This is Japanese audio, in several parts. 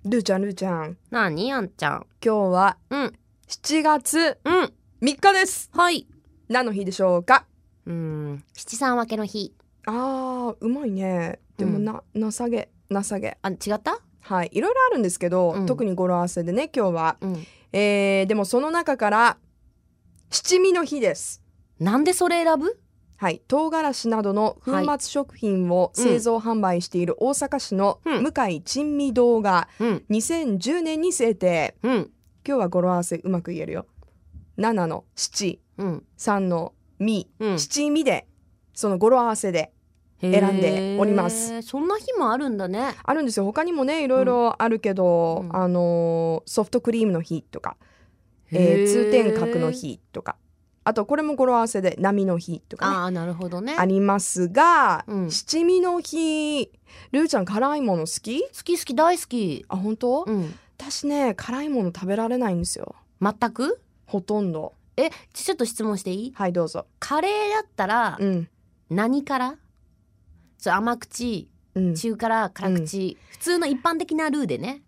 ルーちゃんなにあんちゃん。 今日はうん 7月うん 3日です。 はい。 何の日でしょうか。 七三分けの日。 うまいね。でも情けあ、違った？ はい、いろいろあるんですけど、特に語呂合わせでね今日は、でもその中から七味の日です。 なんでそれ選ぶ？ はい、唐辛子などの粉末食品を製造販売している大阪市の向井珍味堂が2010年に制定。今日は語呂合わせうまく言えるよ。7の七、3の味、七味でその語呂合わせで選んでおります。 そんな日もあるんだね。 あるんですよ。他にもねいろいろあるけど、ソフトクリームの日とか、通天閣の日とか、あとこれも語呂合わせで波の日とかね、 なるほどね、 ありますが、七味の日、ルーちゃん辛いもの好き？ 好き大好き。 あ、本当？私ね辛いもの食べられないんですよ。 全く？ ほとんど。 ちょっと質問していい？ はい、どうぞ。 カレーだったら、何辛？甘口、中辛、辛口、普通の一般的なルーでね。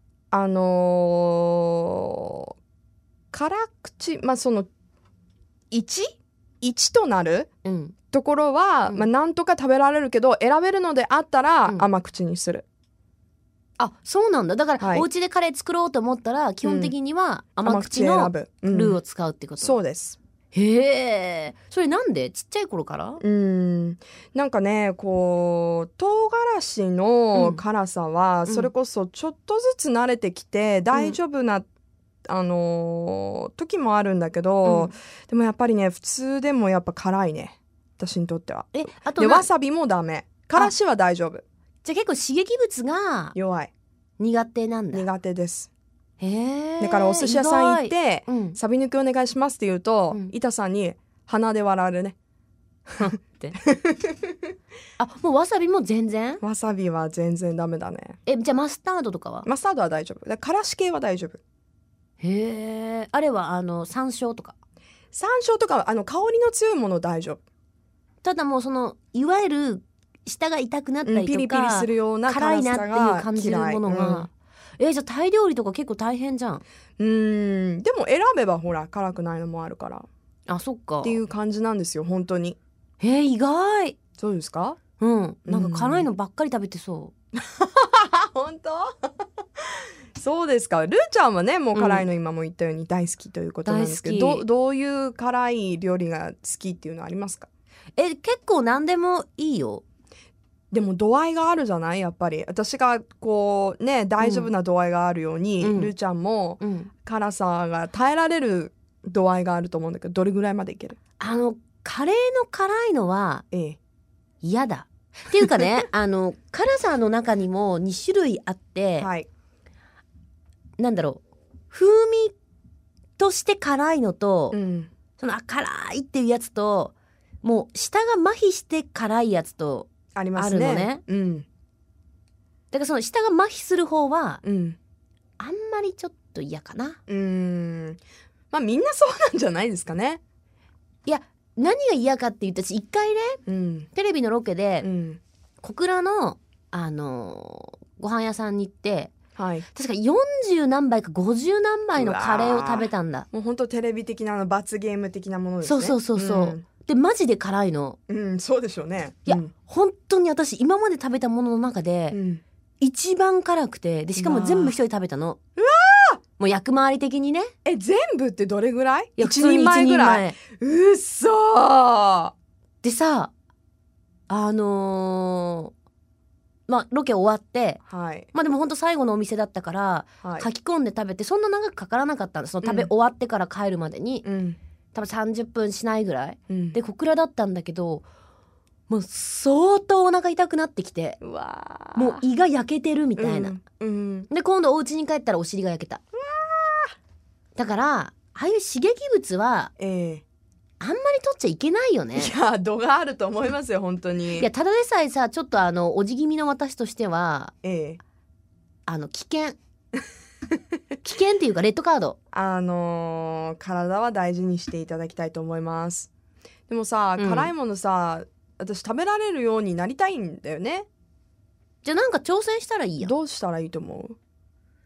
辛口、その1となるところは、なんとか食べられるけど、選べるのであったら甘口にする。 あ、そうなんだ。だから、お家でカレー作ろうと思ったら基本的には甘口のルーを使うってこと？ そうです。 へえ。それなんで？ちっちゃい頃から？ なんかね、こう唐辛子の辛さは、それこそちょっとずつ慣れてきて大丈夫な、時もあるんだけど、でもやっぱりね普通でもやっぱ辛いね、私にとっては。 あとでわさびもダメ。辛子は大丈夫。 じゃあ結構刺激物が弱い。 苦手なんだ。 苦手です。 へえ。 だからお寿司屋さん行って、サビ抜きお願いしますって言うと、板さんに鼻で笑われるねってもうわさびも全然？ わさびは全然ダメだね。 じゃあマスタードとかは？ マスタードは大丈夫。辛子系は大丈夫。 へえ。あれは山椒とか？ 山椒とか香りの強いもの大丈夫。 ただもういわゆる舌が痛くなったりとか、 ピリピリするような辛さが辛いなっていう感じるものが、じゃあタイ料理とか結構大変じゃん。 でも選べばほら辛くないのもあるから。 あ、そっかっていう感じなんですよ本当に。 意外。 そうですか？ なんか辛いのばっかり食べてそう本当そうですか。ルーちゃんはねもう辛いの今も言ったように大好きということなんですけど、どういう辛い料理が好きっていうのありますか？ 結構何でもいいよ。 でも度合いがあるじゃない。やっぱり私がこうね大丈夫な度合いがあるように、ルーちゃんも辛さが耐えられる度合いがあると思うんだけど、どれぐらいまでいける？ カレーの辛いのは嫌だ。っていうかね辛さの中にも2種類あって、なんだろう、風味として辛いのと、その辛いっていうやつと、もう舌が麻痺して辛いやつとあるのね。だからその舌が麻痺する方は、あんまりちょっと嫌かな。 みんなそうなんじゃないですかね。 いや、何が嫌かって言ったし、一回ね、テレビのロケで、小倉のご飯屋さんに行って、確か40何杯か50何杯のカレーを食べたんだ。 もう本当テレビ的な罰ゲーム的なものですね。 そうでマジで辛いの。 そうでしょうね。 いや、本当に私今まで食べたものの中で、一番辛くて、でしかも全部一人食べたの。もう役回り的にね。 全部ってどれぐらい？1 人前ぐらい。 うっそー。 でさ、ロケ終わって、でも本当最後のお店だったから、書き込んで食べて、そんな長くかからなかったの。その食べ終わってから帰るまでに、多分30分しないぐらい、で小倉だったんだけど、もう相当お腹痛くなってきて、もう胃が焼けてるみたいな、で今度お家に帰ったらお尻が焼けた。だからああいう刺激物は、あんまり取っちゃいけないよね。 いや、度があると思いますよ本当に。 いや、ただでさえさ、ちょっとおじ気味の私としては、危険危険っていうかレッドカード。 体は大事にしていただきたいと思います。でもさ、辛いものさ、私食べられるようになりたいんだよね。 じゃあなんか挑戦したらいいやん。 どうしたらいいと思う？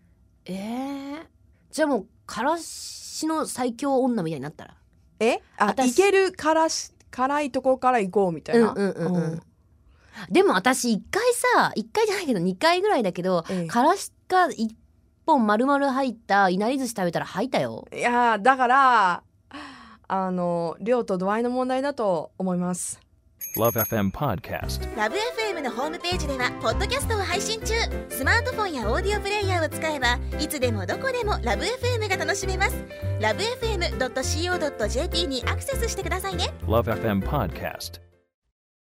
じゃあもうからしの最強女みたいになったらいけるからし辛いところから行こうみたいな。 でも私1回じゃないけど2回ぐらいだけど、からしが1本丸々入ったいなり寿司食べたら吐いたよ。 いやだから量と度合いの問題だと思います。 LoveFM Podcast。 LoveFM のホームページではポッドキャストを配信中。スマートフォンやオーディオプレイヤーを使えばいつでもどこでも LoveFM が楽しめます。LoveFM.co.jp にアクセスしてくださいね。 LoveFM Podcast。